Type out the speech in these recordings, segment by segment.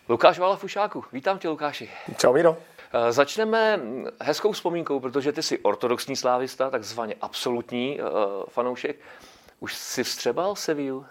Lukáš Vala Fušáku, vítám tě, Lukáši. Čau, Míro. Začneme hezkou vzpomínkou, protože ty jsi ortodoxní slávista, takzvaně absolutní fanoušek. Už jsi vstřebal Sevillu?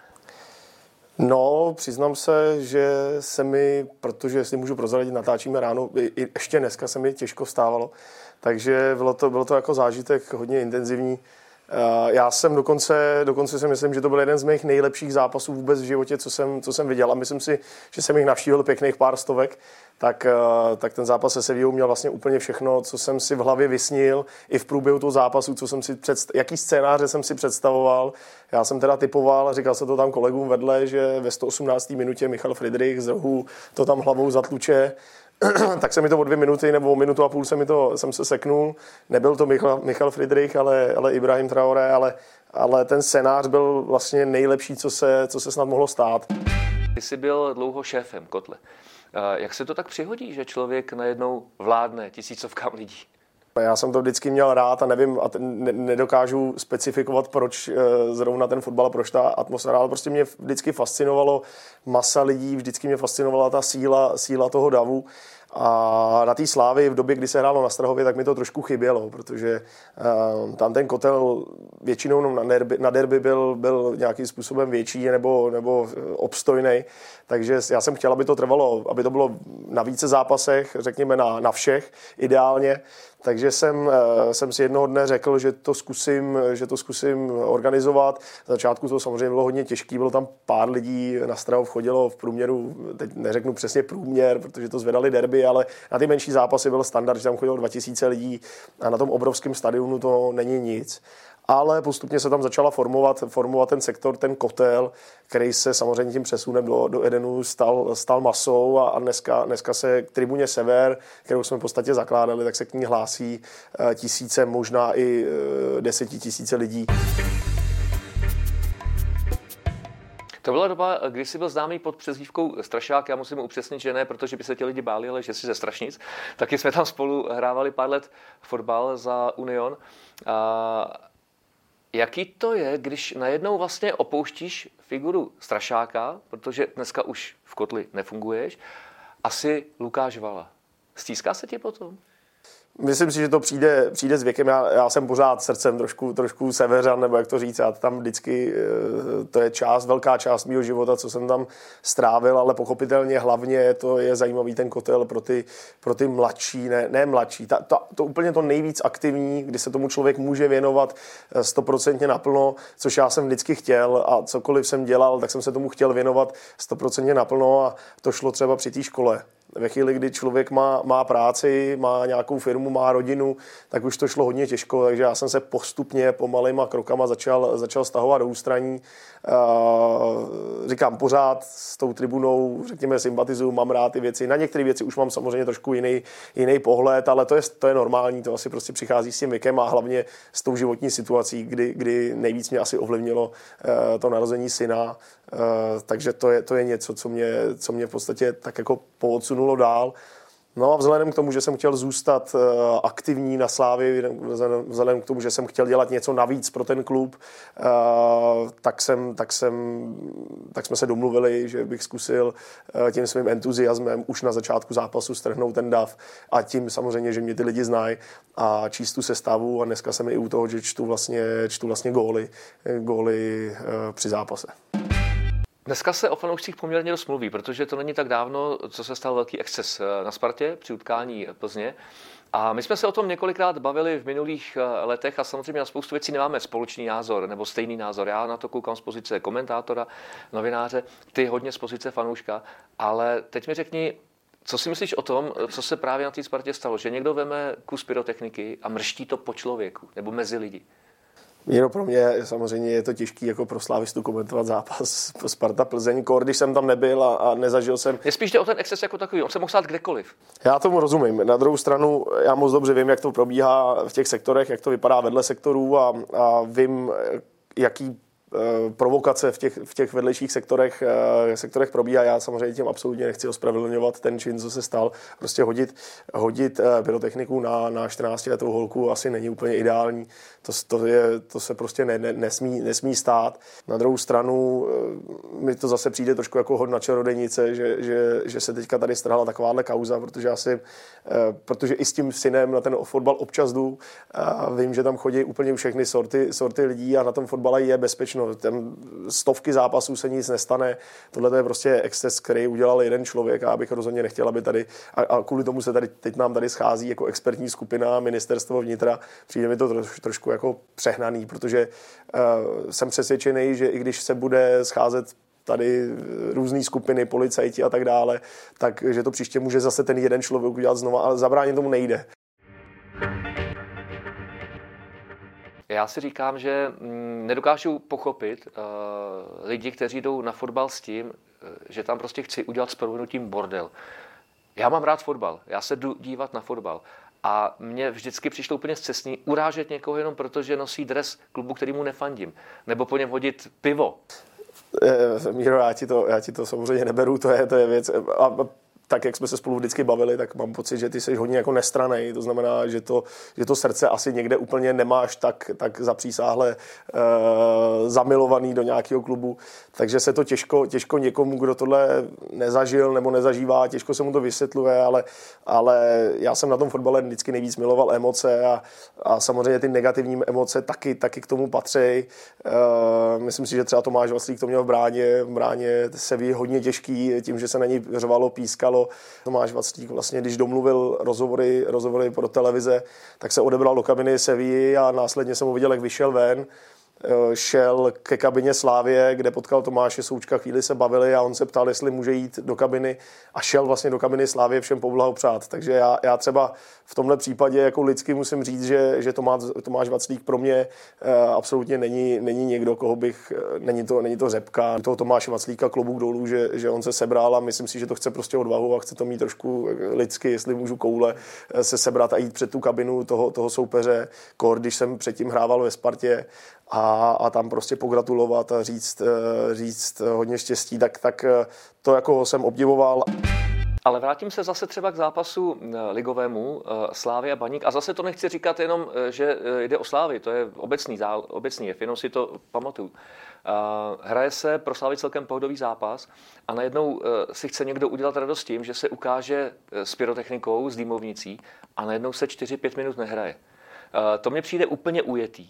No, přiznám se, že se mi, protože jestli můžu prozradit, natáčíme ráno, ještě dneska se mi těžko vstávalo, takže bylo to jako zážitek hodně intenzivní. Já jsem dokonce si myslím, že to byl jeden z mých nejlepších zápasů vůbec v životě, co jsem viděl, a myslím si, že jsem jich navštívil pěkných pár stovek, tak ten zápas se Sevillou měl vlastně úplně všechno, co jsem si v hlavě vysnil, i v průběhu toho zápasu, jaký scénáře jsem si představoval. Já jsem teda typoval, říkal jsem to tam kolegům vedle, že ve 118. minutě Michal Friedrich z rohu to tam hlavou zatluče. Tak se mi to o 2 minuty nebo o minutu a půl jsem se seknul. Nebyl to Michal Friedrich, ale Ibrahim Traoré, ale ten scénář byl vlastně nejlepší, co se snad mohlo stát. Ty jsi byl dlouho šéfem Kotle. Jak se to tak přihodí, že člověk najednou vládne tisícovkám lidí? Já jsem to vždycky měl rád a nevím, nedokážu specifikovat, proč zrovna ten fotbal, proč ta atmosféra, ale prostě mě vždycky fascinovalo masa lidí, vždycky mě fascinovala ta síla toho davu. A na té Slávii v době, kdy se hrálo na Strahově, tak mi to trošku chybělo, protože tam ten kotel většinou na derby byl nějakým způsobem větší nebo obstojný. Takže já jsem chtěl, aby to trvalo, aby to bylo na více zápasech, řekněme na všech ideálně. Takže jsem si jednoho dne řekl, že to zkusím organizovat. Na začátku to samozřejmě bylo hodně těžké, bylo tam pár lidí, na Strahov chodilo v průměru, teď neřeknu přesně průměr, protože to zvedali derby, ale na ty menší zápasy byl standard, že tam chodilo 2000 lidí a na tom obrovském stadionu to není nic. Ale postupně se tam začala formovat ten sektor, ten kotel, který se samozřejmě tím přesunem do Edenu stal masou a dneska se k tribuně Sever, kterou jsme v podstatě zakládali, tak se k ní hlásí tisíce, možná i 10 000 lidí. To byla doba, kdy jsi byl známý pod přezdívkou Strašák. Já musím upřesnit, že ne, protože by se ti lidi báli, ale že jsi ze Strašnic. Taky jsme tam spolu hrávali pár let fotbal za Union. Jaký to je, když najednou vlastně opouštíš figuru Strašáka, protože dneska už v Kotli nefunguješ, asi Lukáš Vala. Stýská se ti potom? Myslím si, že to přijde s věkem. Já jsem pořád srdcem trošku seveřan, nebo jak to říct. Já tam vždycky, to je velká část mýho života, co jsem tam strávil, ale pochopitelně hlavně to je zajímavý ten kotel pro ty mladší, ne mladší. To úplně to nejvíc aktivní, kdy se tomu člověk může věnovat 100% naplno, což já jsem vždycky chtěl, a cokoliv jsem dělal, tak jsem se tomu chtěl věnovat 100% naplno, a to šlo třeba při té škole. Ve chvíli, kdy člověk má práci, má nějakou firmu, má rodinu, tak už to šlo hodně těžko, takže já jsem se postupně pomalýma krokama začal stahovat do ústraní. Říkám, pořád s tou tribunou, řekněme, sympatizuju, mám rád ty věci. Na některé věci už mám samozřejmě trošku jiný pohled, ale to je normální, to asi prostě přichází s tím věkem a hlavně s tou životní situací, kdy nejvíc mě asi ovlivnilo to narození syna. Takže to je něco, co mě v podstatě tak jako poodsunulo dál. No a vzhledem k tomu, že jsem chtěl zůstat aktivní na Slávii, vzhledem k tomu, že jsem chtěl dělat něco navíc pro ten klub, tak jsme se domluvili, že bych zkusil tím svým entuziasmem už na začátku zápasu strhnout ten dav, a tím samozřejmě, že mě ty lidi znají, a číst tu sestavu, a dneska jsem i u toho, že čtu vlastně góly při zápase. Dneska se o fanoušcích poměrně dost mluví, protože to není tak dávno, co se stal velký exces na Spartě při utkání Plzně. A my jsme se o tom několikrát bavili v minulých letech a samozřejmě na spoustu věcí nemáme společný názor nebo stejný názor. Já na to koukám z pozice komentátora, novináře, ty hodně z pozice fanouška. Ale teď mi řekni, co si myslíš o tom, co se právě na té Spartě stalo? Že někdo veme kus pyrotechniky a mrští to po člověku nebo mezi lidi? Pro mě samozřejmě je to těžký jako pro slávistu komentovat zápas Sparta Plzeň, když jsem tam nebyl a nezažil jsem. Mě spíš jde o ten exces jako takový, on se mohl stát kdekoliv. Já tomu rozumím. Na druhou stranu já moc dobře vím, jak to probíhá v těch sektorech, jak to vypadá vedle sektorů, a vím, jaký provokace v těch vedlejších sektorech probíhá. Já samozřejmě tím absolutně nechci ospravedlňovat ten čin, co se stal. Prostě hodit pyrotechniku na 14letou holku asi není úplně ideální. To se prostě nesmí stát. Na druhou stranu mi to zase přijde trošku jako hod na čarodějnice, že se teďka tady strhla takováhle kauza, protože i s tím synem na ten fotbal občas jdu a vím, že tam chodí úplně všechny sorty lidí a na tom fotbale je bezpečno. Tam stovky zápasů se nic nestane. Tohle je prostě exces, který udělal jeden člověk a abych rozhodně nechtěl, aby tady a kvůli tomu se tady teď nám tady schází jako expertní skupina Ministerstvo vnitra. Přijde mi to trošku jako přehnaný, protože jsem přesvědčený, že i když se bude scházet tady různé skupiny, policajti a tak dále, takže to příště může zase ten jeden člověk udělat znova, ale zabránit tomu nejde. Já si říkám, že nedokážu pochopit lidi, kteří jdou na fotbal s tím, že tam prostě chci udělat s prominutím bordel. Já mám rád fotbal, já se jdu dívat na fotbal. A mně vždycky přišlo úplně scestný urážet někoho jenom proto, že nosí dres klubu, kterýmu nefandím. Nebo po něm hodit pivo. Míro, já ti to samozřejmě neberu, to je věc. A tak, jak jsme se spolu vždycky bavili, tak mám pocit, že ty jsi hodně jako nestrannej. To znamená, že to srdce asi někde úplně nemáš tak zapřísáhle zamilovaný do nějakého klubu. Takže se to těžko někomu, kdo tohle nezažil nebo nezažívá, těžko se mu to vysvětluje, ale já jsem na tom fotbale vždycky nejvíc miloval emoce a samozřejmě ty negativní emoce taky k tomu patří. Myslím si, že třeba Tomáš Vaclík to měl v bráně se ví hodně těžký, tím, že se na něj řvalo, pískalo. Tomáš Vaclík vlastně, když domluvil rozhovory pro televize, tak se odebral do kabiny Sevilly a následně jsem ho viděl, jak vyšel ven. Šel ke kabině Slavie, kde potkal Tomáše Součka, chvíli se bavili a on se ptal, jestli může jít do kabiny a šel vlastně do kabiny Slavie všem poblahopřát. Takže já třeba v tomhle případě jako lidsky musím říct, že Tomáš Vaclík pro mě absolutně není někdo, koho bych, není to řepka. Toho Tomáše Vaclíka klobouk dolů, že on se sebral a myslím si, že to chce prostě odvahu a chce to mít trošku lidsky, jestli můžu koule se sebrat a jít před tu kabinu toho soupeře, když jsem předtím hrával ve Spartě a tam prostě pogratulovat a říct hodně štěstí, tak to jako jsem obdivoval. Ale vrátím se zase třeba k zápasu ligovému Slavia Baník a zase to nechci říkat jenom, že jde o Slávy, to je obecný jev, jenom si to pamatuju. Hraje se pro Slávy celkem pohodový zápas a najednou si chce někdo udělat radost tím, že se ukáže s pyrotechnikou, s dýmovnicí a najednou se 4-5 minut nehraje. To mně přijde úplně ujetý.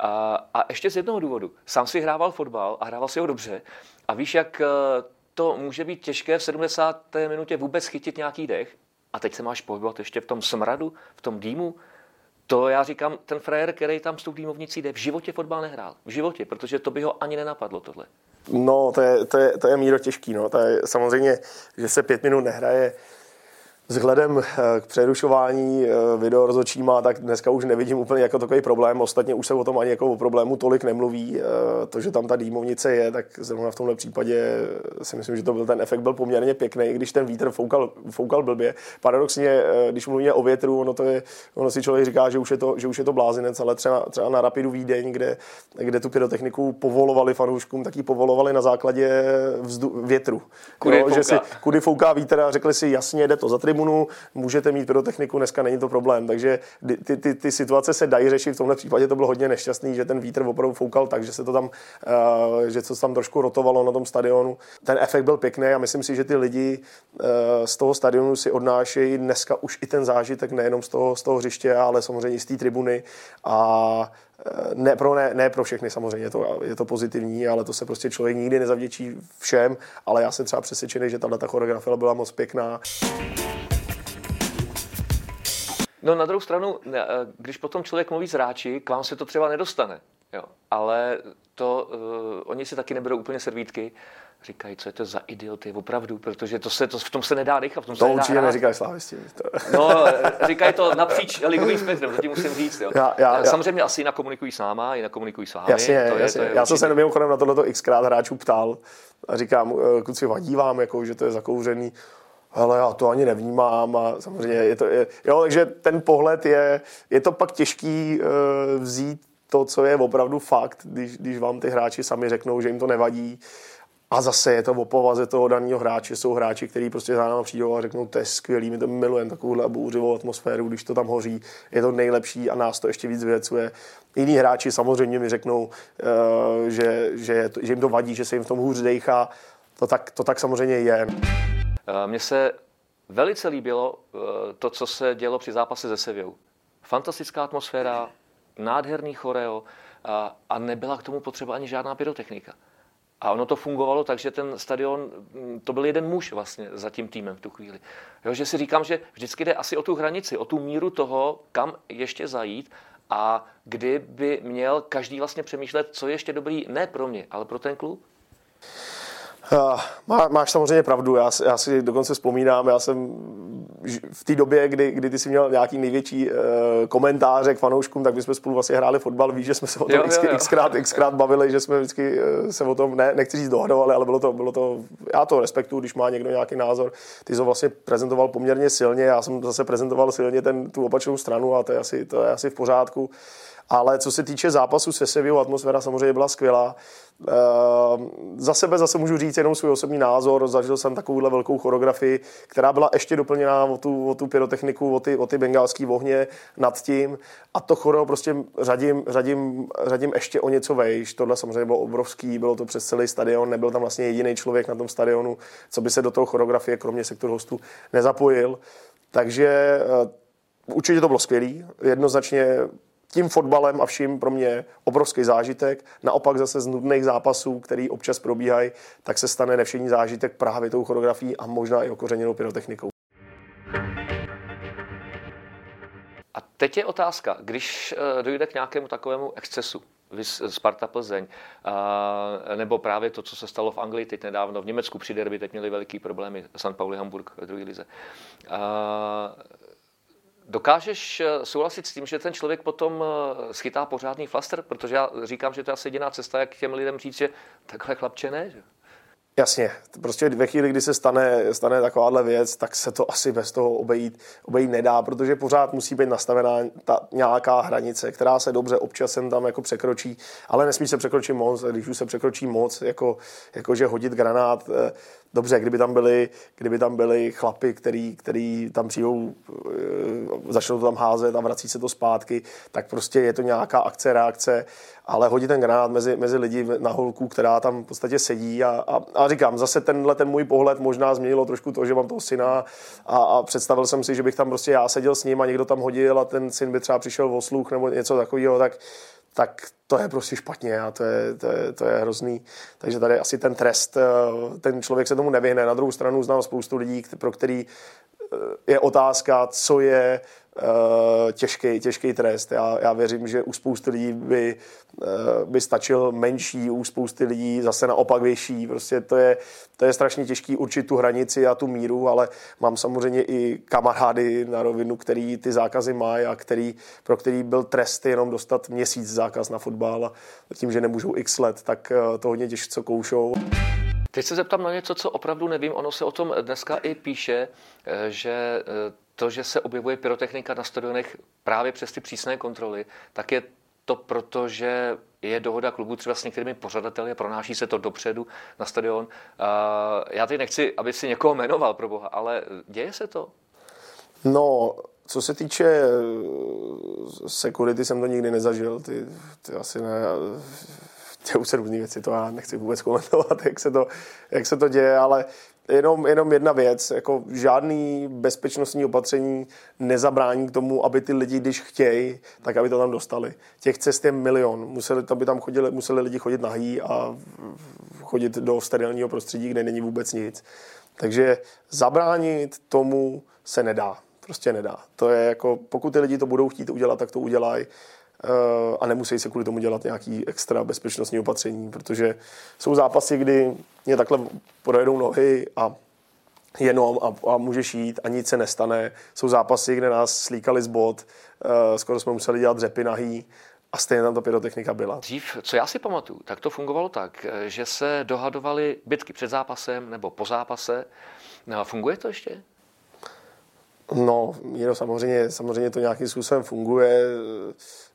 A ještě z jednoho důvodu. Sám si hrával fotbal a hrával si ho dobře. A víš, jak to může být těžké v 70. minutě vůbec chytit nějaký dech? A teď se máš pohybovat ještě v tom smradu, v tom dýmu? To já říkám, ten frajer, který tam s tou dýmovnicí jde, v životě fotbal nehrál. V životě, protože to by ho ani nenapadlo tohle. No, to je Míro těžký. No. To je, samozřejmě, že se 5 minut nehraje, vzhledem k přerušování videorozhodčíma, tak dneska už nevidím úplně jako takový problém. Ostatně už se o tom ani jako o problému tolik nemluví. To, že tam ta dýmovnice je, tak zrovna v tomhle případě si myslím, že ten efekt byl poměrně pěkný, když ten vítr foukal blbě. Paradoxně, když mluvíme o větru, ono si člověk říká, že už je to blázinec, ale třeba na Rapidu Vídeň, kde tu pyrotechniku povolovali fanouškům, tak ji povolovali na základě větru. Kudy fouká vítr a řekli si jasně, jde to za tribunu, můžete mít pyrotechniku, dneska není to problém. Takže ty situace se dají řešit. V tomhle případě to bylo hodně nešťastný, že ten vítr opravdu foukal tak, že se to tam trošku rotovalo na tom stadionu. Ten efekt byl pěkný a myslím si, že ty lidi z toho stadionu si odnášejí dneska už i ten zážitek nejenom z toho hřiště, ale samozřejmě i z té tribuny a ne pro všechny samozřejmě, je to pozitivní, ale to se prostě člověk nikdy nezavděčí všem, ale já jsem třeba přesvědčený, že tato choreografie byla moc pěkná. No na druhou stranu, když potom člověk mluví s hráči, k vám se to třeba nedostane, jo. Ale oni si taky neberou úplně servítky, říkají, co je to za idioty, opravdu, protože v tom se nedá dýchat, v tom se to nedá určitě hrát. Neříkají slávisti. No, říkají to napříč ligovým spektrem, to ti musím říct. Jo. Samozřejmě asi nakomunikují s náma, i nakomunikují s vámi. Jasně. Já jsem se mimochodem na tohleto xkrát hráčů ptal a říkám, kluci, vadí vám, jako, že to je zakouřený. Ale já to ani nevnímám a samozřejmě takže ten pohled je to pak těžký vzít to, co je opravdu fakt, když vám ty hráči sami řeknou, že jim to nevadí. A zase je to o povaze toho daného hráče. Jsou hráči, kteří prostě za náma přijdou a řeknou, to je skvělý, my to milujeme, takovouhle bouřivou atmosféru, když to tam hoří, je to nejlepší a nás to ještě víc vyhecuje. Jiní hráči samozřejmě mi řeknou, že jim to vadí, že se jim v tom hůř dejchá. To tak samozřejmě je. Mně se velice líbilo to, co se dělo při zápase se Sevillou. Fantastická atmosféra, nádherný choreo a nebyla k tomu potřeba ani žádná pyrotechnika. A ono to fungovalo tak, že ten stadion, to byl jeden muž vlastně za tím týmem v tu chvíli. Jo, že si říkám, že vždycky jde asi o tu hranici, o tu míru toho, kam ještě zajít a kdy by měl každý vlastně přemýšlet, co je ještě dobrý, ne pro mě, ale pro ten klub. Máš samozřejmě pravdu, já si dokonce vzpomínám, já jsem v té době, kdy ty jsi měl nějaký největší komentáře k fanouškům, tak my jsme spolu vlastně hráli fotbal, víš, že jsme se o tom xkrát bavili, že jsme vždycky se o tom, nechci říct dohadovali, ale bylo to, já to respektuju, když má někdo nějaký názor, ty jsi ho vlastně prezentoval poměrně silně, já jsem zase prezentoval silně tu opačnou stranu a to je asi v pořádku. Ale co se týče zápasu se Sevillou, atmosféra samozřejmě byla skvělá. Za sebe zase můžu říct jenom svůj osobní názor. Zažil jsem takovouhle velkou choreografii, která byla ještě doplněná o tu pyrotechniku, o ty bengálský ohně nad tím. A to choreo prostě řadím ještě o něco vejš. Tohle samozřejmě bylo obrovský, bylo to přes celý stadion, nebyl tam vlastně jediný člověk na tom stadionu, co by se do toho choreografie, kromě sektoru hostů, nezapojil. Takže určitě to bylo skvělý. Jednoznačně tím fotbalem a vším pro mě obrovský zážitek. Naopak zase z nudných zápasů, který občas probíhají, tak se stane nevšední zážitek právě tou choreografií a možná i okořeněnou pyrotechnikou. A teď je otázka, když dojde k nějakému takovému excesu, Sparta Plzeň, nebo právě to, co se stalo v Anglii teď nedávno, v Německu při derby, teď měli veliký problémy, St. Pauli Hamburg ve druhé lize. Dokážeš souhlasit s tím, že ten člověk potom schytá pořádný flaster? Protože já říkám, že to je asi jediná cesta, jak těm lidem říct, že takhle chlapče ne. Že? Jasně, prostě ve chvíli, kdy se stane takováhle věc, tak se to asi bez toho obejít nedá, protože pořád musí být nastavená ta nějaká hranice, která se dobře občas sem tam jako překročí, ale nesmí se překročit moc, když už se překročí moc, jako že hodit granát. Dobře, kdyby tam byli chlapi, který tam přijdou, začnou to tam házet a vrací se to zpátky, tak prostě je to nějaká akce, reakce, ale hodit ten granát mezi lidi na holku, která tam v podstatě sedí a říkám, zase ten můj pohled možná změnilo trošku to, že mám toho syna a představil jsem si, že bych tam prostě já seděl s ním a někdo tam hodil a ten syn by třeba přišel o sluch nebo něco takového, tak to je prostě špatně a to je hrozný. Takže tady asi ten trest, ten člověk se tomu nevyhne. Na druhou stranu znám spoustu lidí, pro který je otázka, co je těžký trest. Já věřím, že u spousty lidí by stačil menší, u spousty lidí zase naopak vyšší. Prostě to je strašně těžký určit tu hranici a tu míru, ale mám samozřejmě i kamarády na rovinu, který ty zákazy mají a pro který byl trest jenom dostat měsíc zákaz na fotbal a tím, že nemůžou x let, tak to hodně těžko koušou. Teď se zeptám na něco, co opravdu nevím. Ono se o tom dneska i píše, že to, že se objevuje pyrotechnika na stadionech právě přes ty přísné kontroly, tak je to proto, že je dohoda klubu třeba s některými pořadateli a pronáší se to dopředu na stadion. Já teď nechci, aby si někoho jmenoval, pro boha, ale děje se to? No, co se týče security, jsem to nikdy nezažil. Ty asi ne... To už se různý věci, to já nechci vůbec komentovat, jak se to děje, ale jenom jedna věc, jako žádný bezpečnostní opatření nezabrání k tomu, aby ty lidi, když chtějí, tak aby to tam dostali. Těch cest je milion. Museli lidi chodit nahý a chodit do sterilního prostředí, kde není vůbec nic. Takže zabránit tomu se nedá. Prostě nedá. To je jako, pokud ty lidi to budou chtít udělat, tak to udělají. A nemusí se kvůli tomu dělat nějaký extra bezpečnostní opatření, protože jsou zápasy, kdy mě takhle projedou nohy a jenom a můžeš jít a nic se nestane. Jsou zápasy, kde nás slíkali z bod, skoro jsme museli dělat dřepy nahý a stejně tam ta pyrotechnika byla. Dřív, co já si pamatuju, tak to fungovalo tak, že se dohadovaly bitky před zápasem nebo po zápase. No, funguje to ještě? No, samozřejmě to nějakým způsobem funguje.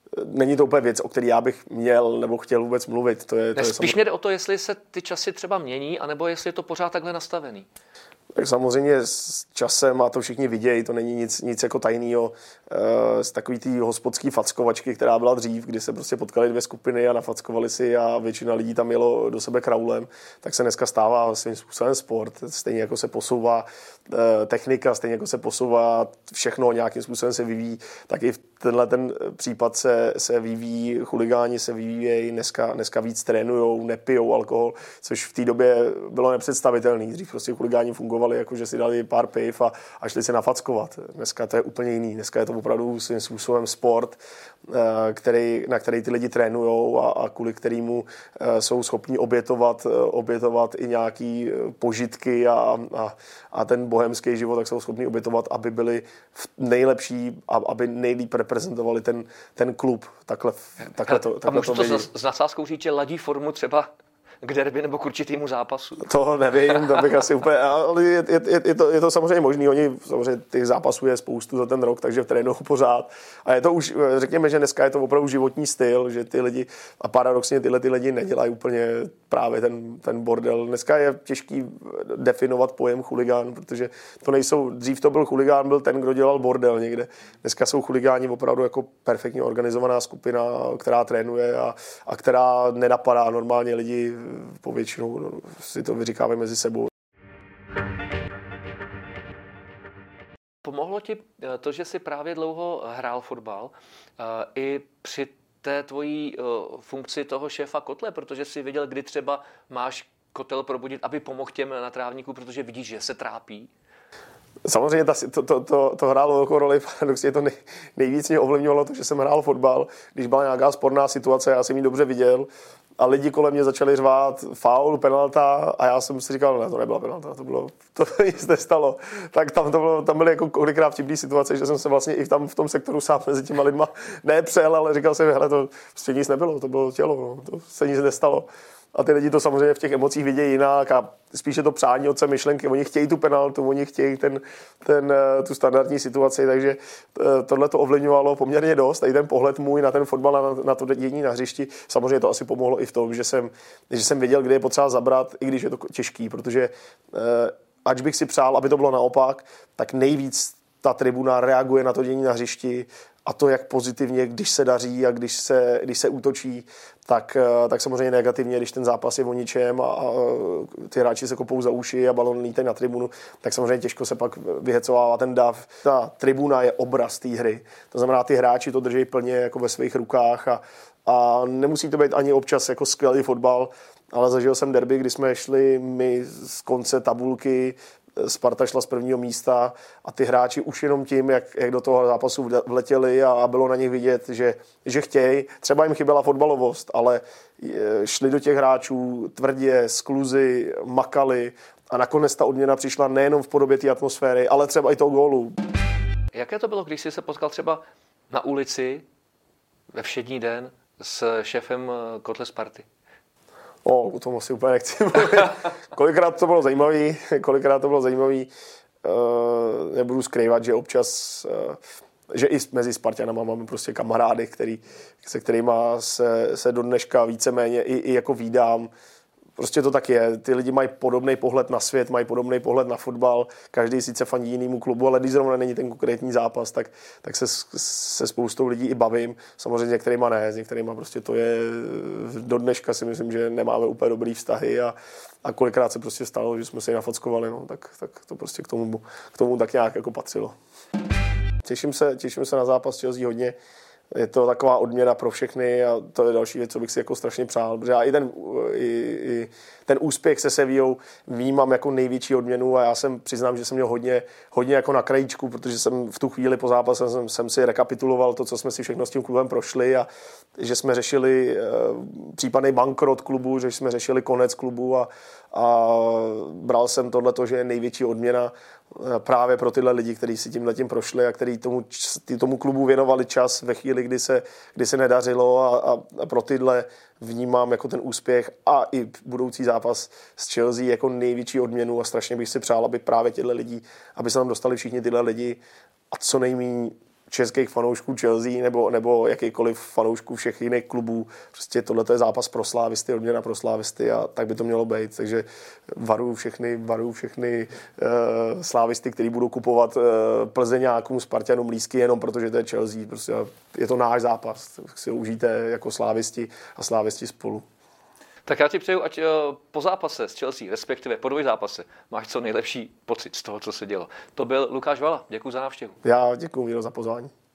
není to úplně věc, o který já bych měl nebo chtěl vůbec mluvit. Spíš mě jde o to, jestli se ty časy třeba mění, anebo jestli je to pořád takhle nastavený. Tak samozřejmě s časem, a to všichni vidějí, to není nic jako tajného, z takový té hospodský fackovačky, která byla dřív, kdy se prostě potkali dvě skupiny a nafackovali si a většina lidí tam jelo do sebe kraulem, tak se dneska stává svým způsobem sport. Stejně jako se posouvá technika, stejně jako se posouvá všechno, nějakým způsobem se vyvíjí, tak i v tenhle ten případ se vyvíjí, chuligáni se vyvíjejí, dneska víc trénujou, nepijou alkohol, což v té době bylo nepředstavitelné. Dřív prostě chuligáni fungovali, jako že si dali pár piv a šli se nafackovat. Dneska to je úplně jiný. Dneska je to opravdu svým způsobem sport, na který ty lidi trénujou a kvůli kterému jsou schopni obětovat i nějaký požitky a ten bohemský život, tak jsou schopni obětovat, aby byli nejlepší a aby nejlíp reprezentovali ten klub. Takhle a můžu to s nadsázkou říct, že ladí formu třeba k derby nebo k určitýmu zápasu? To nevím, to bych asi úplně, ale je to samozřejmě možný, oni samozřejmě těch zápasů je spoustu za ten rok, takže trénují pořád. A je to už, řekněme, že dneska je to opravdu životní styl, že ty lidi, a paradoxně tyhle ty lidi nedělají úplně právě ten bordel. Dneska je těžký definovat pojem chuligán, protože to nejsou, dřív to byl chuligán, byl ten, kdo dělal bordel někde. Dneska jsou chuligáni opravdu jako perfektně organizovaná skupina, která trénuje a která nenapadá normálně lidi, povětšinou si to vyříkáme mezi sebou. Pomohlo ti to, že jsi právě dlouho hrál fotbal i při té tvojí funkci toho šéfa kotle, protože jsi věděl, kdy třeba máš kotel probudit, aby pomohl těm na trávníku, protože vidíš, že se trápí? Samozřejmě to hrálo velkou roli, paradoxně to nejvíc mě ovlivňovalo to, že jsem hrál fotbal, když byla nějaká sporná situace, já jsem ji dobře viděl a lidi kolem mě začali řvát faul, penalta a já jsem si říkal, ne, to nebyla penalta, to nic nestalo. Tak tam byly jako kolikrát vtipný situace, že jsem se vlastně i tam v tom sektoru sám mezi těma lidma nepřel, ale říkal jsem, hele, to prostě nic nebylo, to bylo tělo, no, to se nic nestalo. A ty lidi to samozřejmě v těch emocích vidějí jinak a spíše to přání otce myšlenky. Oni chtějí tu penaltu, oni chtějí tu standardní situaci, takže tohle to ovlivňovalo poměrně dost. A i ten pohled můj na ten fotbal, na to dění na hřišti, samozřejmě to asi pomohlo i v tom, že jsem věděl, kde je potřeba zabrat, i když je to těžký, protože ač bych si přál, aby to bylo naopak, tak nejvíc ta tribuna reaguje na to dění na hřišti, a to jak pozitivně, když se daří a když se útočí, tak samozřejmě negativně, když ten zápas je o ničem a ty hráči se kopou za uši a balon lítají na tribunu, tak samozřejmě těžko se pak vyhecovává ten dav. Ta tribuna je obraz té hry. To znamená, ty hráči to drží plně jako ve svých rukách a nemusí to být ani občas jako skvělý fotbal, ale zažil jsem derby, kdy jsme šli my z konce tabulky, Sparta šla z prvního místa a ty hráči už jenom tím, jak do toho zápasu vletěli a bylo na nich vidět, že chtějí. Třeba jim chyběla fotbalovost, ale šli do těch hráčů tvrdě, s kluzy, makali a nakonec ta odměna přišla nejenom v podobě té atmosféry, ale třeba i toho gólu. Jaké to bylo, když jsi se potkal třeba na ulici ve všední den s šéfem kotle Sparty? O tom asi úplně nechci mluvit. Kolikrát to bylo zajímavý. Nebudu skrývat, že občas, že i mezi Spartanama máme prostě kamarády, se kterými se do dneška víceméně i jako vídám. Prostě to tak je. Ty lidi mají podobný pohled na svět, mají podobný pohled na fotbal. Každý sice fandí jinému klubu, ale když zrovna není ten konkrétní zápas, tak se spoustou lidí i bavím. Samozřejmě s některýma ne, s některýma prostě to je do dneška si myslím, že nemáme úplně dobrý vztahy a kolikrát se prostě stalo, že jsme se nafockovali, no, tak to prostě k tomu tak nějak jako patřilo. Těším se na zápas Chelsea hodně. Je to taková odměna pro všechny a to je další věc, co bych si jako strašně přál, protože já i ten úspěch se Sevillou vnímám jako největší odměnu a já přiznám, že jsem měl hodně jako na krajíčku, protože jsem v tu chvíli po zápase jsem si rekapituloval to, co jsme si všechno s tím klubem prošli a že jsme řešili případný bankrot klubu, že jsme řešili konec klubu a bral jsem tohleto, že je největší odměna právě pro tyhle lidi, kteří si tímhletím prošli a kteří tomu klubu věnovali čas ve chvíli, kdy se nedařilo a pro tyhle vnímám jako ten úspěch a i budoucí zápas s Chelsea jako největší odměnu a strašně bych si přál, aby právě tyhle lidi, aby se nám dostali všichni tyhle lidi a co nejméně českých fanoušků Chelsea nebo jakýkoliv fanoušků všech jiných klubů. Prostě tohle je zápas pro slávisty, odměna pro slávisty a tak by to mělo být. Takže varuju všechny slávisty, kteří budou kupovat Plzeňákům, Spartanům lístky jenom protože to je Chelsea. Prostě je to náš zápas. Si ho užijte jako slávisti a slávisti spolu. Tak já ti přeju, ať po zápase s Chelsea, respektive po dvojzápase, máš co nejlepší pocit z toho, co se dělo. To byl Lukáš Vala. Děkuji za návštěvu. Já děkuji, Míro, za pozvání.